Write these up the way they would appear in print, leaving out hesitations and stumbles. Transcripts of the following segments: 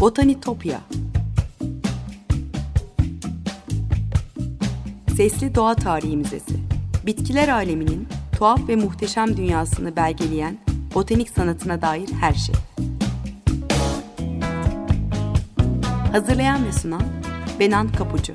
Botanitopya. Sesli Doğa Tarihi Müzesi. Bitkiler aleminin tuhaf ve muhteşem dünyasını belgeleyen botanik sanatına dair her şey. Hazırlayan ve sunan Benan Kapucu.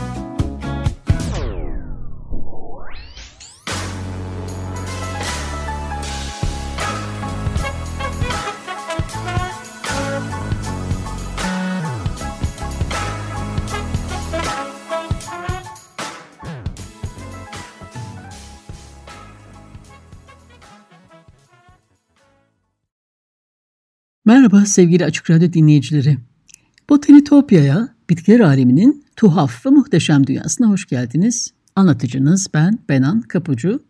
Merhaba sevgili Açık Radyo dinleyicileri. Botanitopya'ya, bitkiler aleminin tuhaf ve muhteşem dünyasına hoş geldiniz. Anlatıcınız ben Benan Kapucu.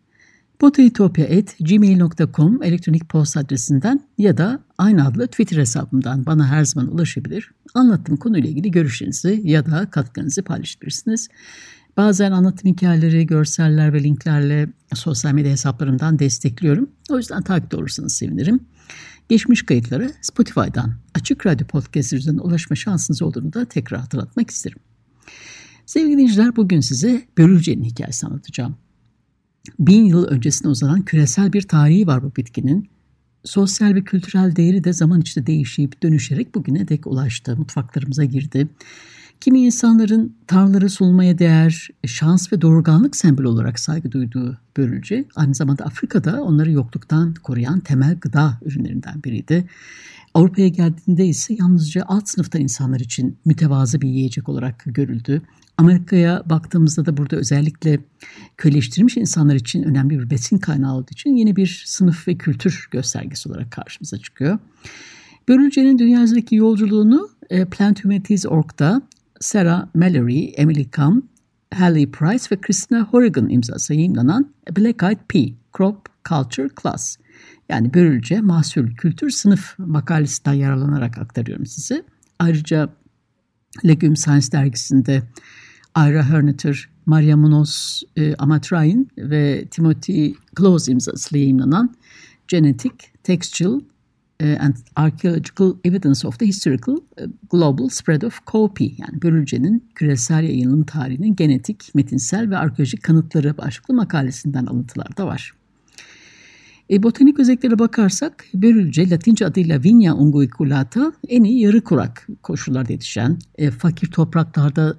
botanitopya@gmail.com elektronik posta adresinden ya da aynı adlı Twitter hesabımdan bana her zaman ulaşabilir. Anlattığım konuyla ilgili görüşlerinizi ya da katkınızı paylaşabilirsiniz. Bazen anlatım hikayeleri, görseller ve linklerle sosyal medya hesaplarımdan destekliyorum. O yüzden takipte olursanız sevinirim. Geçmiş kayıtlara Spotify'dan Açık Radyo Podcast üzerinden ulaşma şansınız olduğunu da tekrar hatırlatmak isterim. Sevgili dinleyiciler, bugün size börülcenin hikayesini anlatacağım. 1000 yıl öncesine uzanan küresel bir tarihi var bu bitkinin. Sosyal ve kültürel değeri de zaman içinde değişip dönüşerek bugüne dek ulaştı, mutfaklarımıza girdi. Kimi insanların tanrılara sunulmaya değer, şans ve doğurganlık sembolü olarak saygı duyduğu börülce, aynı zamanda Afrika'da onları yokluktan koruyan temel gıda ürünlerinden biriydi. Avrupa'ya geldiğinde ise yalnızca alt sınıftan insanlar için mütevazı bir yiyecek olarak görüldü. Amerika'ya baktığımızda da burada özellikle köleleştirilmiş insanlar için önemli bir besin kaynağı olduğu için yeni bir sınıf ve kültür göstergesi olarak karşımıza çıkıyor. Börülcenin dünya üzerindeki yolculuğunu Plant-Humanities.org'da Sarah Mallory, Emily Kahn, Hallie Price ve Christina Horrigan imzası yayımlanan Black Eyed Pea, Crop Culture Class, yani börülce, mahsul, kültür, sınıf makalesinden yararlanarak aktarıyorum size. Ayrıca Legume Science dergisinde Ira Herneter, Maria Munoz Amatrain ve Timothy Close imzasıyla yayımlanan Genetic, Textual and Archaeological Evidence of the Historical Global Spread of Cowpea, yani börülcenin küresel yayılım tarihinin genetik, metinsel ve arkeolojik kanıtları başlıklı makalesinden alıntılar da var. Botanik özelliklere bakarsak börülce Latince adıyla Vigna unguiculata en iyi yarı kurak koşullarda yetişen, fakir topraklarda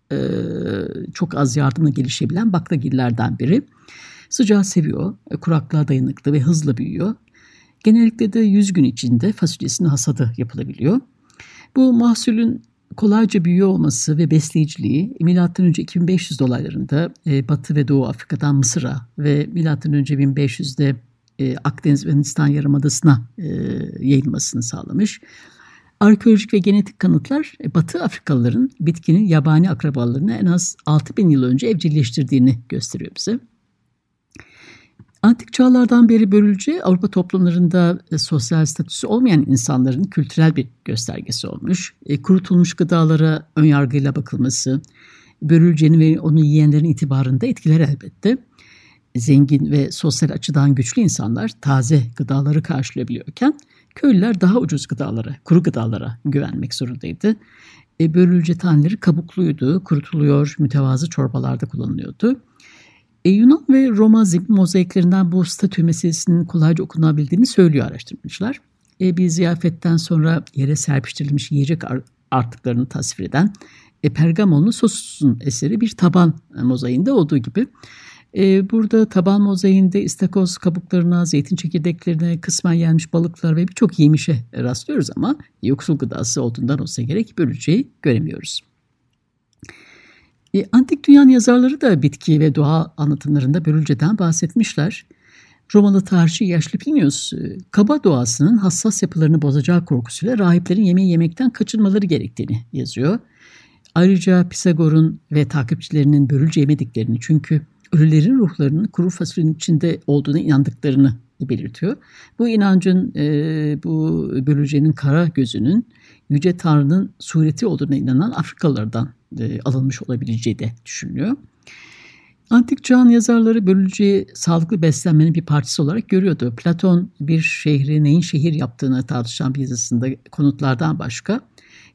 çok az yardımla gelişebilen baklagillerden biri. Sıcağı seviyor, kuraklığa dayanıklı ve hızlı büyüyor. Genellikle de 100 gün içinde fasulyesinin hasadı yapılabiliyor. Bu mahsulün kolayca büyüyor olması ve besleyiciliği M.Ö. 2500 dolaylarında Batı ve Doğu Afrika'dan Mısır'a ve M.Ö. 1500'de Akdeniz ve Hindistan Yarımadası'na yayılmasını sağlamış. Arkeolojik ve genetik kanıtlar Batı Afrikalıların bitkinin yabani akrabalarını en az 6000 yıl önce evcilleştirdiğini gösteriyor bize. Antik çağlardan beri börülce Avrupa toplumlarında sosyal statüsü olmayan insanların kültürel bir göstergesi olmuş. Kurutulmuş gıdalara önyargıyla bakılması, börülcenin ve onu yiyenlerin itibarında etkiler elbette. Zengin ve sosyal açıdan güçlü insanlar taze gıdaları karşılayabiliyorken köylüler daha ucuz gıdalara, kuru gıdalara güvenmek zorundaydı. Börülce taneleri kabukluydu, kurutuluyor, mütevazı çorbalarda kullanılıyordu. Yunan ve Roma zemin mozaiklerinden bu statü meselesinin kolayca okunabildiğini söylüyor araştırmacılar. Bir ziyafetten sonra yere serpiştirilmiş yiyecek artıklarını tasvir eden Pergamonlu Sosus'un eseri bir taban mozaiğinde olduğu gibi. Burada taban mozaiğinde istakoz kabuklarına, zeytin çekirdeklerine, kısmen yenmiş balıklar ve birçok yemişe rastlıyoruz ama yoksul gıdası olduğundan olsa gerek börülceyi göremiyoruz. Antik dünyanın yazarları da bitki ve doğa anlatımlarında börülceden bahsetmişler. Romalı tarihçi yaşlı Plinius, kaba doğasının hassas yapılarını bozacağı korkusuyla rahiplerin yemeği yemekten kaçınmaları gerektiğini yazıyor. Ayrıca Pisagor'un ve takipçilerinin börülce yemediklerini, çünkü ölülerin ruhlarının kuru fasulyenin içinde olduğuna inandıklarını belirtiyor. Bu inancın, bu börülcenin kara gözünün Yüce Tanrı'nın sureti olduğuna inanan Afrikalılardan alınmış olabileceği de düşünülüyor. Antik çağın yazarları börülceyi sağlıklı beslenmenin bir parçası olarak görüyordu. Platon bir şehri neyin şehir yaptığını tartışan bir yazısında konutlardan başka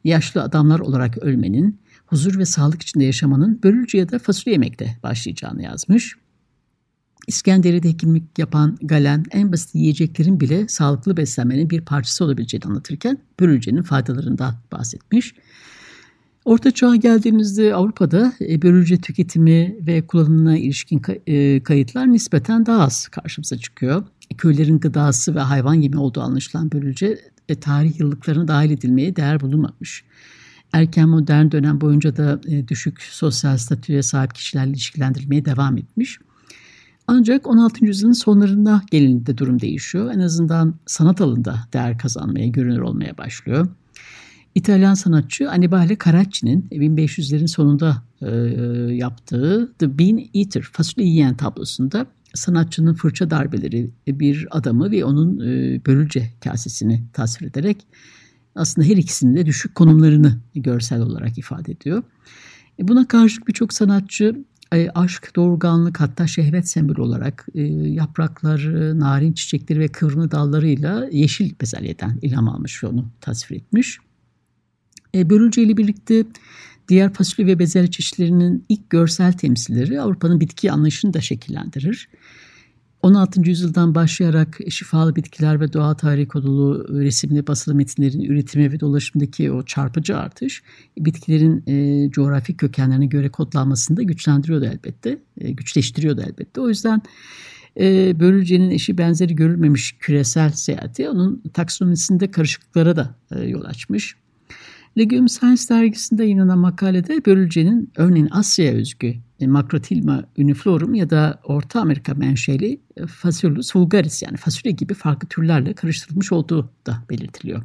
yaşlı adamlar olarak ölmenin, huzur ve sağlık içinde yaşamanın börülce ya da fasulye yemekte başlayacağını yazmış. İskenderiye'de hekimlik yapan Galen en basit yiyeceklerin bile sağlıklı beslenmenin bir parçası olabileceğini anlatırken börülcenin faydalarından bahsetmiş. Orta Çağ'a geldiğimizde Avrupa'da börülce tüketimi ve kullanımına ilişkin kayıtlar nispeten daha az karşımıza çıkıyor. Köylerin gıdası ve hayvan yemi olduğu anlaşılan börülce tarih yıllıklarına dahil edilmeye değer bulunmamış. Erken modern dönem boyunca da düşük sosyal statüye sahip kişilerle ilişkilendirilmeye devam etmiş. Ancak 16. yüzyılın sonlarında gelindiğinde durum değişiyor. En azından sanat alanında değer kazanmaya, görünür olmaya başlıyor. İtalyan sanatçı Annibale Carracci'nin 1500'lerin sonunda yaptığı The Bean Eater, fasulye yiyen tablosunda sanatçının fırça darbeleri bir adamı ve onun börülce kasesini tasvir ederek aslında her ikisinin de düşük konumlarını görsel olarak ifade ediyor. Buna karşılık birçok sanatçı aşk, doğurganlık, hatta şehvet sembolü olarak yaprakları, narin çiçekleri ve kıvrımlı dallarıyla yeşil bezelyeden ilham almış ve onu tasvir etmiş. Börülce ile birlikte diğer fasulye ve bezelye çeşitlerinin ilk görsel temsilleri Avrupa'nın bitki anlayışını da şekillendirir. 16. yüzyıldan başlayarak şifalı bitkiler ve doğa tarihi kodulu resimli basılı metinlerin üretimi ve dolaşımdaki o çarpıcı artış bitkilerin coğrafi kökenlerine göre kodlanmasını da güçleştiriyordu elbette. O yüzden börülcenin eşi benzeri görülmemiş küresel seyahati onun taksonomisinde karışıklıklara da yol açmış. Legume Science dergisinde yayınlanan makalede börülcenin örneğin Asya'ya özgü Macrotilma uniflorum ya da Orta Amerika menşeli Phaseolus vulgaris yani fasulye gibi farklı türlerle karıştırılmış olduğu da belirtiliyor.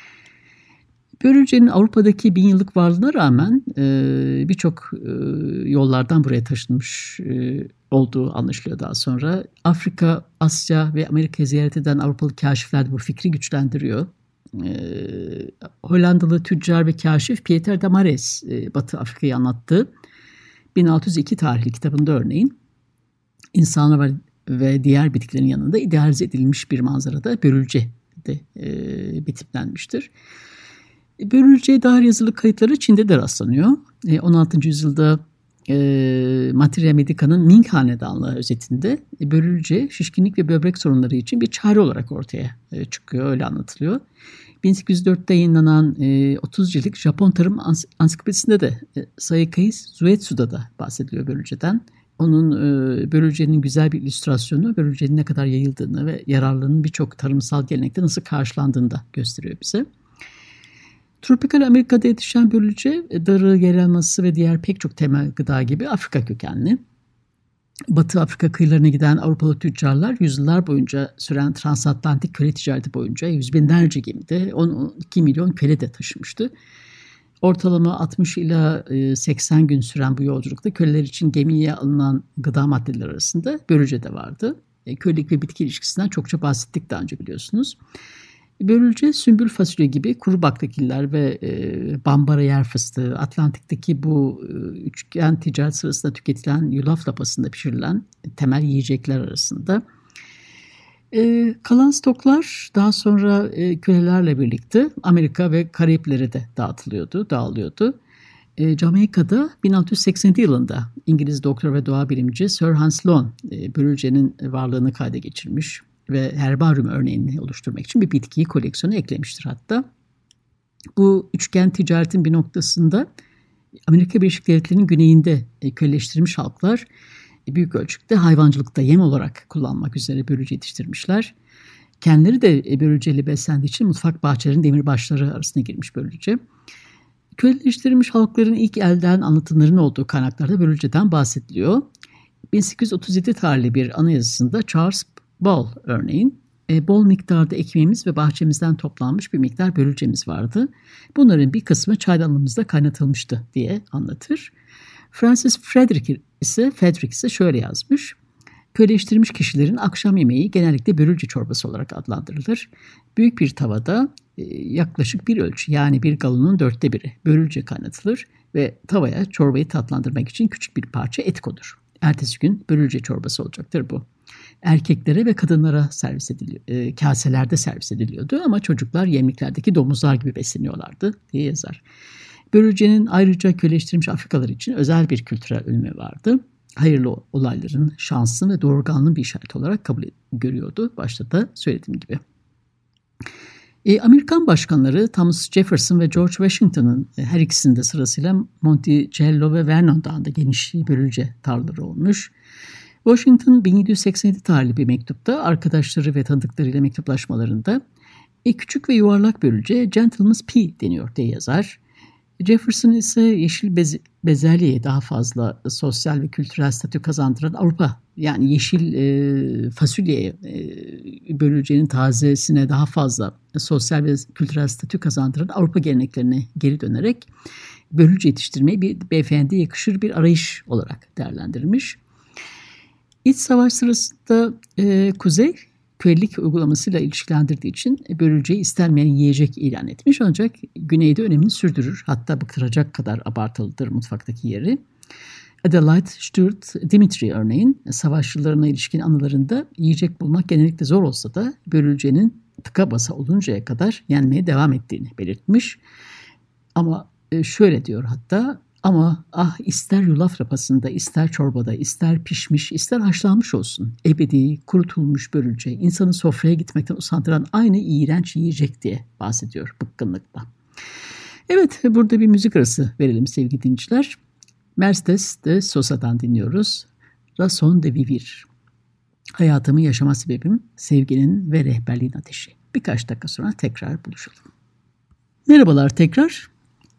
Börülcenin Avrupa'daki 1000 yıllık varlığına rağmen birçok yollardan buraya taşınmış olduğu anlaşılıyor daha sonra. Afrika, Asya ve Amerika'yı ziyaret eden Avrupalı kaşifler de bu fikri güçlendiriyor. Hollandalı tüccar ve kaşif Pieter de Marais Batı Afrika'yı anlattığı 1602 tarihli kitabında örneğin insanlar ve diğer bitkilerin yanında idealize edilmiş bir manzarada börülce de betimlenmiştir. Börülceye dair yazılı kayıtları Çin'de de rastlanıyor. 16. yüzyılda Materia Medica'nın Ming Hanedanlığı özetinde börülce şişkinlik ve böbrek sorunları için bir çare olarak ortaya çıkıyor, öyle anlatılıyor. 1804'te yayınlanan 30 ciltlik Japon Tarım Ansiklopedisinde de Saikei Zuetsu'da da bahsediliyor börülceden. Onun börülcenin güzel bir illüstrasyonu, börülcenin ne kadar yayıldığını ve yararlılığının birçok tarımsal gelenekte nasıl karşılandığını da gösteriyor bize. Tropikal Amerika'da yetişen börülce, darı, yer elması ve diğer pek çok temel gıda gibi Afrika kökenli. Batı Afrika kıyılarına giden Avrupalı tüccarlar yüzyıllar boyunca süren transatlantik köle ticareti boyunca yüz binlerce gemide 12 milyon köle de taşımıştı. Ortalama 60 ila 80 gün süren bu yolculukta köleler için gemiye alınan gıda maddeleri arasında börülce de vardı. Kölelik ve bitki ilişkisinden çokça bahsettik daha önce biliyorsunuz. Börülce, sümbül fasulye gibi kuru baklagiller ve bambara yer fıstığı, Atlantik'teki bu üçgen ticaret sırasında tüketilen yulaf lapasında pişirilen temel yiyecekler arasında. Kalan stoklar daha sonra kölelerle birlikte Amerika ve Karayiplere de dağılıyordu. Jamaika'da 1687 yılında İngiliz doktor ve doğa bilimci Sir Hans Sloane börülcenin varlığını kayda geçirmiş ve herbaryum örneğini oluşturmak için bir bitkiyi koleksiyona eklemiştir hatta. Bu üçgen ticaretin bir noktasında Amerika Birleşik Devletleri'nin güneyinde köleleştirilmiş halklar büyük ölçüde hayvancılıkta yem olarak kullanmak üzere börülce yetiştirmişler. Kendileri de börülceyle beslendiği için mutfak bahçelerinin demirbaşları arasına girmiş börülce. Köleleştirilmiş halkların ilk elden anlatımlarının olduğu kaynaklarda börülceden bahsediliyor. 1837 tarihli bir anayasasında Charles Ball örneğin bol miktarda ekmeğimiz ve bahçemizden toplanmış bir miktar börülcemiz vardı. Bunların bir kısmı çaydanlığımızda kaynatılmıştı diye anlatır. Francis Frederick ise şöyle yazmış. Köleleştirilmiş kişilerin akşam yemeği genellikle börülce çorbası olarak adlandırılır. Büyük bir tavada yaklaşık bir ölçü yani bir galonun 1/4 börülce kaynatılır ve tavaya çorbayı tatlandırmak için küçük bir parça et konur. Ertesi gün börülce çorbası olacaktır bu. erkeklere ve kadınlara kaselerde servis ediliyordu ama çocuklar yemliklerdeki domuzlar gibi besleniyorlardı diye yazar. Börülcenin ayrıca köleleştirilmiş Afrikalılar için özel bir kültürel önemi vardı. Hayırlı olayların, şansın ve doğurganlığın bir işareti olarak kabul görüyordu. Başta da söylediğim gibi. Amerikan başkanları Thomas Jefferson ve George Washington'ın her ikisinde sırasıyla Monticello ve Vernon Dağı'nda geniş börülce tarlaları olmuş. Washington 1787 tarihli bir mektupta arkadaşları ve tanıdıklarıyla mektuplaşmalarında küçük ve yuvarlak börülce Gentleman's Pea deniyor diye yazar. Jefferson ise yeşil bezelyeye daha fazla sosyal ve kültürel statü kazandıran Avrupa, yani yeşil fasulyeye börülcenin tazesine daha fazla sosyal ve kültürel statü kazandıran Avrupa geleneklerine geri dönerek börülce yetiştirmeyi bir beyefendiye yakışır bir arayış olarak değerlendirmiş. İç savaş sırasında Kuzey kölelik uygulamasıyla ilişkilendirdiği için börülceyi istenmeyen yiyecek ilan etmiş, ancak güneyde önemini sürdürür. Hatta bıktıracak kadar abartılıdır mutfaktaki yeri. Adelaide Stuart Dimitri örneğin savaşçılarına ilişkin anılarında yiyecek bulmak genellikle zor olsa da börülcenin tıka basa oluncaya kadar yenmeye devam ettiğini belirtmiş. Ama şöyle diyor hatta: ama ister yulaf rapasında, ister çorbada, ister pişmiş, ister haşlanmış olsun, ebedi, kurutulmuş börülce insanı sofraya gitmekten usandıran aynı iğrenç yiyecek diye bahsediyor bıkkınlıkla. Evet, burada bir müzik arası verelim sevgili dinleyiciler. Mercedes de Sosa'dan dinliyoruz. Razón de vivir. Hayatımı yaşama sebebim, sevginin ve rehberliğin ateşi. Birkaç dakika sonra tekrar buluşalım. Merhabalar tekrar.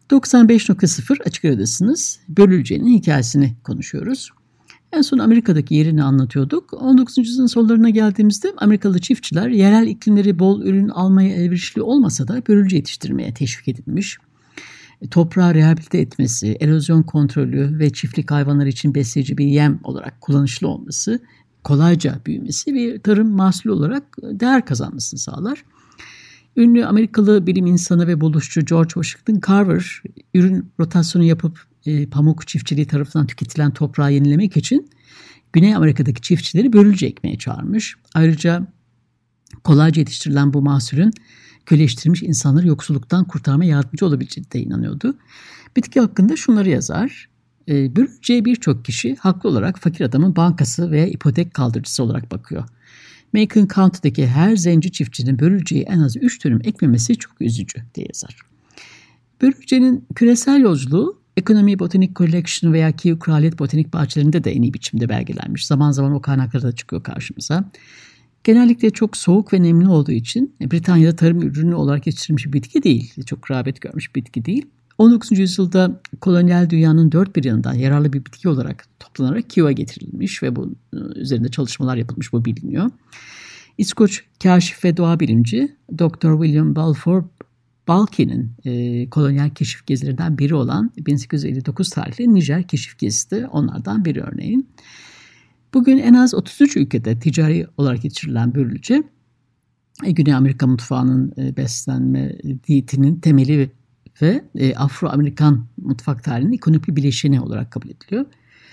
95.0 Açık Radyo'dasınız. Börülcenin hikayesini konuşuyoruz. En son Amerika'daki yerini anlatıyorduk. 19. yüzyılın sonlarına geldiğimizde Amerikalı çiftçiler yerel iklimleri bol ürün almaya elverişli olmasa da börülce yetiştirmeye teşvik edilmiş. Toprağı rehabilite etmesi, erozyon kontrolü ve çiftlik hayvanları için besleyici bir yem olarak kullanışlı olması, kolayca büyümesi bir tarım mahsulü olarak değer kazanmasını sağlar. Ünlü Amerikalı bilim insanı ve buluşçu George Washington Carver, ürün rotasyonu yapıp pamuk çiftçiliği tarafından tüketilen toprağı yenilemek için Güney Amerika'daki çiftçileri börülce ekmeye çağırmış. Ayrıca kolayca yetiştirilen bu mahsulün köleleştirilmiş insanları yoksulluktan kurtarmaya yardımcı olabileceğine de inanıyordu. Bitki hakkında şunları yazar: börülceye birçok kişi haklı olarak fakir adamın bankası veya ipotek kaldırıcısı olarak bakıyor. Macon County'deki her zenci çiftçinin börülceyi en az 3 dönüm ekmemesi çok üzücü diye yazar. Börülcenin küresel yolculuğu Economy Botanic Collection veya Kew Kraliyet Botanik Bahçelerinde de en iyi biçimde belgelenmiş. Zaman zaman o kaynaklarda da çıkıyor karşımıza. Genellikle çok soğuk ve nemli olduğu için Britanya'da tarım ürünü olarak yetiştirilmiş bir bitki değil. Çok rağbet görmüş bir bitki değil. 19. yüzyılda kolonyal dünyanın dört bir yanından yararlı bir bitki olarak toplanarak Kew'a getirilmiş ve bu üzerinde çalışmalar yapılmış, bu biliniyor. İskoç kaşif ve doğa bilimci Dr. William Balfour Balke'nin kolonyal keşif gezilerinden biri olan 1859 tarihli Nijer keşif gezisi de onlardan biri örneğin. Bugün en az 33 ülkede ticari olarak yetiştirilen börülce, Güney Amerika mutfağının beslenme diyetinin temeli ve Afro-Amerikan mutfak tarihinin ikonik bir bileşeni olarak kabul ediliyor.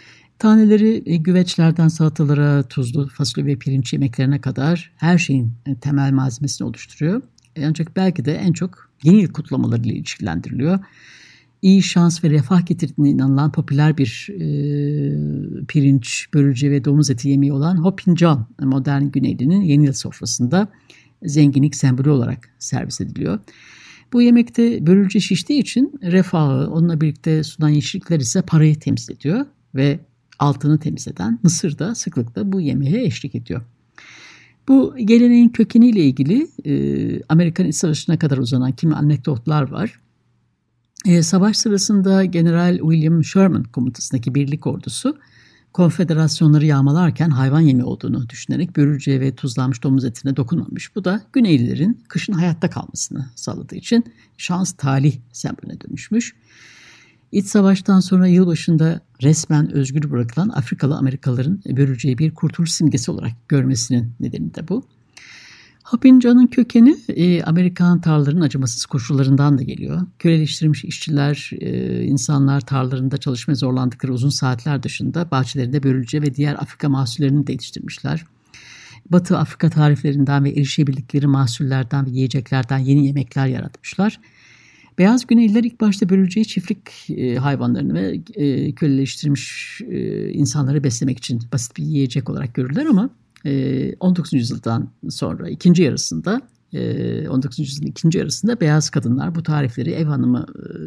Taneleri güveçlerden salatalara, tuzlu fasulye ve pirinç yemeklerine kadar her şeyin temel malzemesini oluşturuyor. Ancak belki de en çok yeni yıl kutlamalarıyla ilişkilendiriliyor. İyi şans ve refah getirdiğine inanılan popüler bir pirinç, börülce ve domuz eti yemeği olan hopincan, modern Güneyli'nin yeni yıl sofrasında zenginlik sembolü olarak servis ediliyor. Bu yemekte börülce şiştiği için refahı, onunla birlikte sunan yeşillikler ise parayı temsil ediyor ve altını temsil eden mısır da sıklıkla bu yemeğe eşlik ediyor. Bu geleneğin kökeniyle ilgili Amerikan İç Savaşı'na kadar uzanan kimi anekdotlar var. Savaş sırasında General William Sherman komutasındaki birlik ordusu konfederasyonları yağmalarken hayvan yemi olduğunu düşünerek börülce ve tuzlanmış domuz etine dokunmamış. Bu da Güneylilerin kışın hayatta kalmasını sağladığı için şans, talih sembolüne dönüşmüş. İç savaştan sonra yılbaşında resmen özgür bırakılan Afrikalı Amerikalıların börülceyi bir kurtuluş simgesi olarak görmesinin nedeni de bu. Hopincan'ın kökeni Amerikan tarlaların acımasız koşullarından da geliyor. Köleleştirilmiş işçiler, insanlar tarlalarında çalışmaya zorlandıkları uzun saatler dışında bahçelerinde börülce ve diğer Afrika mahsullerini de yetiştirmişler. Batı Afrika tariflerinden ve erişebildikleri mahsullerden ve yiyeceklerden yeni yemekler yaratmışlar. Beyaz Güneyliler ilk başta börülceyi çiftlik hayvanlarını ve köleleştirilmiş insanları beslemek için basit bir yiyecek olarak görürler ama 19. yüzyıldan sonra 19. yüzyılın ikinci yarısında beyaz kadınlar bu tarifleri ev hanımı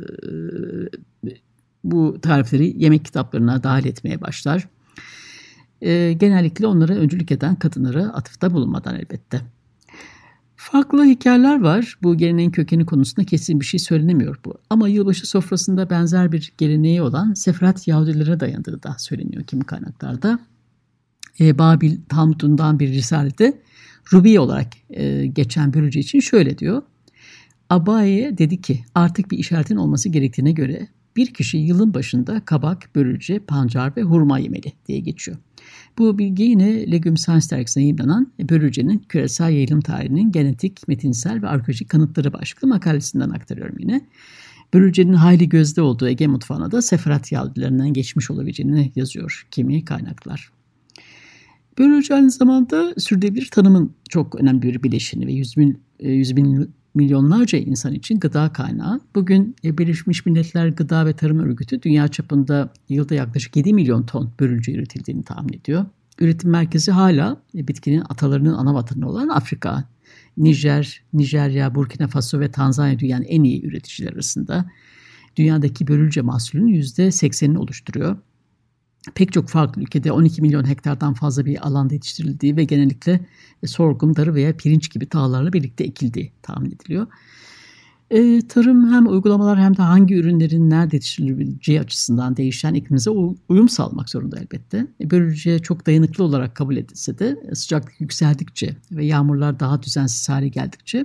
bu tarifleri yemek kitaplarına dahil etmeye başlar. Genellikle onlara öncülük eden kadınlara atıfta bulunmadan elbette. Farklı hikayeler var. Bu geleneğin kökeni konusunda kesin bir şey söylenemiyor bu. Ama yılbaşı sofrasında benzer bir geleneği olan Seferat Yahudilere dayandığı da söyleniyor kimi kaynaklarda. Babil Talmud'undan bir risalede Rubi olarak geçen börülce için şöyle diyor. Abaye dedi ki artık bir işaretin olması gerektiğine göre bir kişi yılın başında kabak, börülce, pancar ve hurma yemeli diye geçiyor. Bu bilgi yine Legume Science dergisine yayımlanan börülcenin küresel yayılım tarihinin genetik, metinsel ve arkeolojik kanıtları başlıklı makalesinden aktarıyorum yine. Börülcenin hayli gözde olduğu Ege mutfağına da Seferat Yahudilerinden geçmiş olabileceğini yazıyor kimi kaynaklar. Börülce aynı zamanda sürdürülebilir tarımın çok önemli bir bileşeni ve milyonlarca insan için gıda kaynağı. Bugün Birleşmiş Milletler Gıda ve Tarım Örgütü dünya çapında yılda yaklaşık 7 milyon ton börülce üretildiğini tahmin ediyor. Üretim merkezi hala bitkinin atalarının ana vatanı olan Afrika. Nijerya, Burkina Faso ve Tanzanya dünyanın en iyi üreticiler arasında. Dünyadaki börülce mahsulünün %80'ini oluşturuyor. Pek çok farklı ülkede 12 milyon hektardan fazla bir alanda yetiştirildiği ve genellikle sorghum, darı veya pirinç gibi tahıllarla birlikte ekildiği tahmin ediliyor. Tarım hem uygulamalar hem de hangi ürünlerin nerede yetiştirilebileceği açısından değişen iklimize uyum sağlamak zorunda elbette. Börülce çok dayanıklı olarak kabul edilse de sıcaklık yükseldikçe ve yağmurlar daha düzensiz hale geldikçe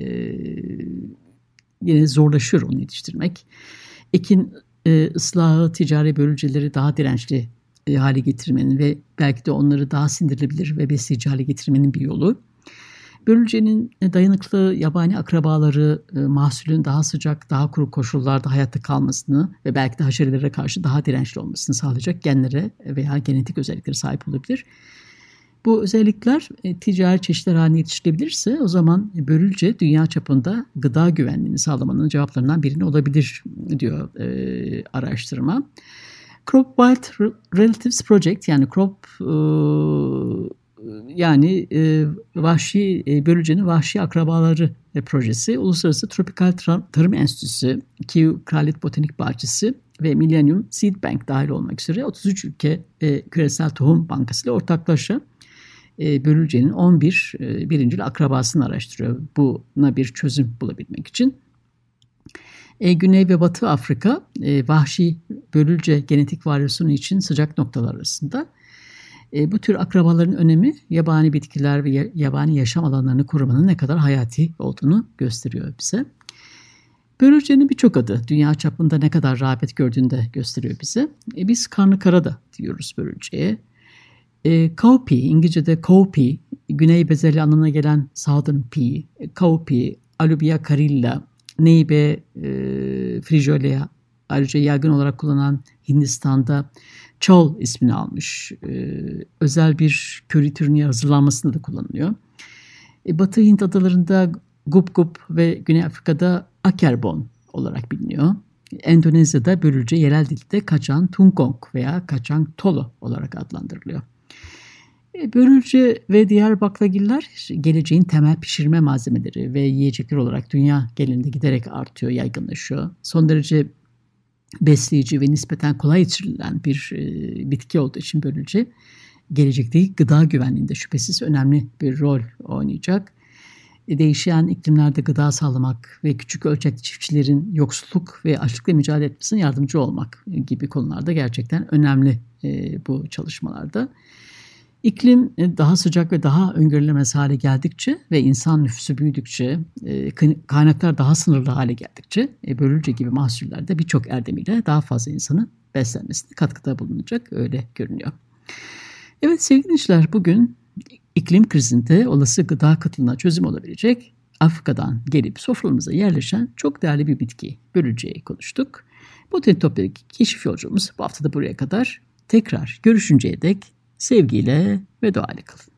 yine zorlaşıyor onu yetiştirmek. Ekin ıslahı ticari börülceleri daha dirençli hale getirmenin ve belki de onları daha sindirilebilir ve besleyici hale getirmenin bir yolu. Börülcenin dayanıklı yabani akrabaları mahsulün daha sıcak, daha kuru koşullarda hayatta kalmasını ve belki de haşerelere karşı daha dirençli olmasını sağlayacak genlere veya genetik özelliklere sahip olabilir. Bu özellikler ticari çeşitler haline yetiştirilebilirse o zaman börülce dünya çapında gıda güvenliğini sağlamanın cevaplarından birini olabilir diyor araştırma. Crop Wild Relatives Project yani vahşi börülcenin vahşi akrabaları projesi Uluslararası Tropikal Tarım Enstitüsü, Kew Kraliyet Botanik Bahçesi ve Millennium Seed Bank dahil olmak üzere 33 ülke Küresel Tohum Bankası ile ortaklaşa börülcenin 11 birincil akrabasını araştırıyor. Buna bir çözüm bulabilmek için. Güney ve Batı Afrika vahşi börülce genetik varyasyonu için sıcak noktalar arasında. Bu tür akrabaların önemi yabani bitkiler ve yabani yaşam alanlarını korumanın ne kadar hayati olduğunu gösteriyor bize. Börülcenin birçok adı dünya çapında ne kadar rağbet gördüğünü de gösteriyor bize. Biz karnı kara da diyoruz börülceye. Cowpea, İngilizce'de cowpea, güney bezelye anlamına gelen southern pea, cowpea, Alubia carilla, Neibe frijolea, ayrıca yaygın olarak kullanılan Hindistan'da çol ismini almış. Özel bir köri türünü hazırlanmasında da kullanılıyor. Batı Hint adalarında gup gup ve Güney Afrika'da akerbon olarak biliniyor. Endonezya'da börülce yerel dilde kacang tungkong veya kacang tolo olarak adlandırılıyor. Börülce ve diğer baklagiller geleceğin temel pişirme malzemeleri ve yiyecekler olarak dünya genelinde giderek artıyor, yaygınlaşıyor. Son derece besleyici ve nispeten kolay yetiştirilen bir bitki olduğu için börülce gelecekteki gıda güvenliğinde şüphesiz önemli bir rol oynayacak. Değişen iklimlerde gıda sağlamak ve küçük ölçekli çiftçilerin yoksulluk ve açlıkla mücadele etmesine yardımcı olmak gibi konularda gerçekten önemli bu çalışmalarda. İklim daha sıcak ve daha öngörülemez hale geldikçe ve insan nüfusu büyüdükçe, kaynaklar daha sınırlı hale geldikçe börülce gibi mahsullerde birçok erdemiyle daha fazla insanın beslenmesine katkıda bulunacak, öyle görünüyor. Evet sevgili dinleyiciler, bugün iklim krizinde olası gıda kıtlığına çözüm olabilecek Afrika'dan gelip soframıza yerleşen çok değerli bir bitki börülceyi konuştuk. Botanitopya'daki keşif yolculuğumuz bu hafta da buraya kadar. Tekrar görüşünceye dek sevgiyle ve doğayla kalın.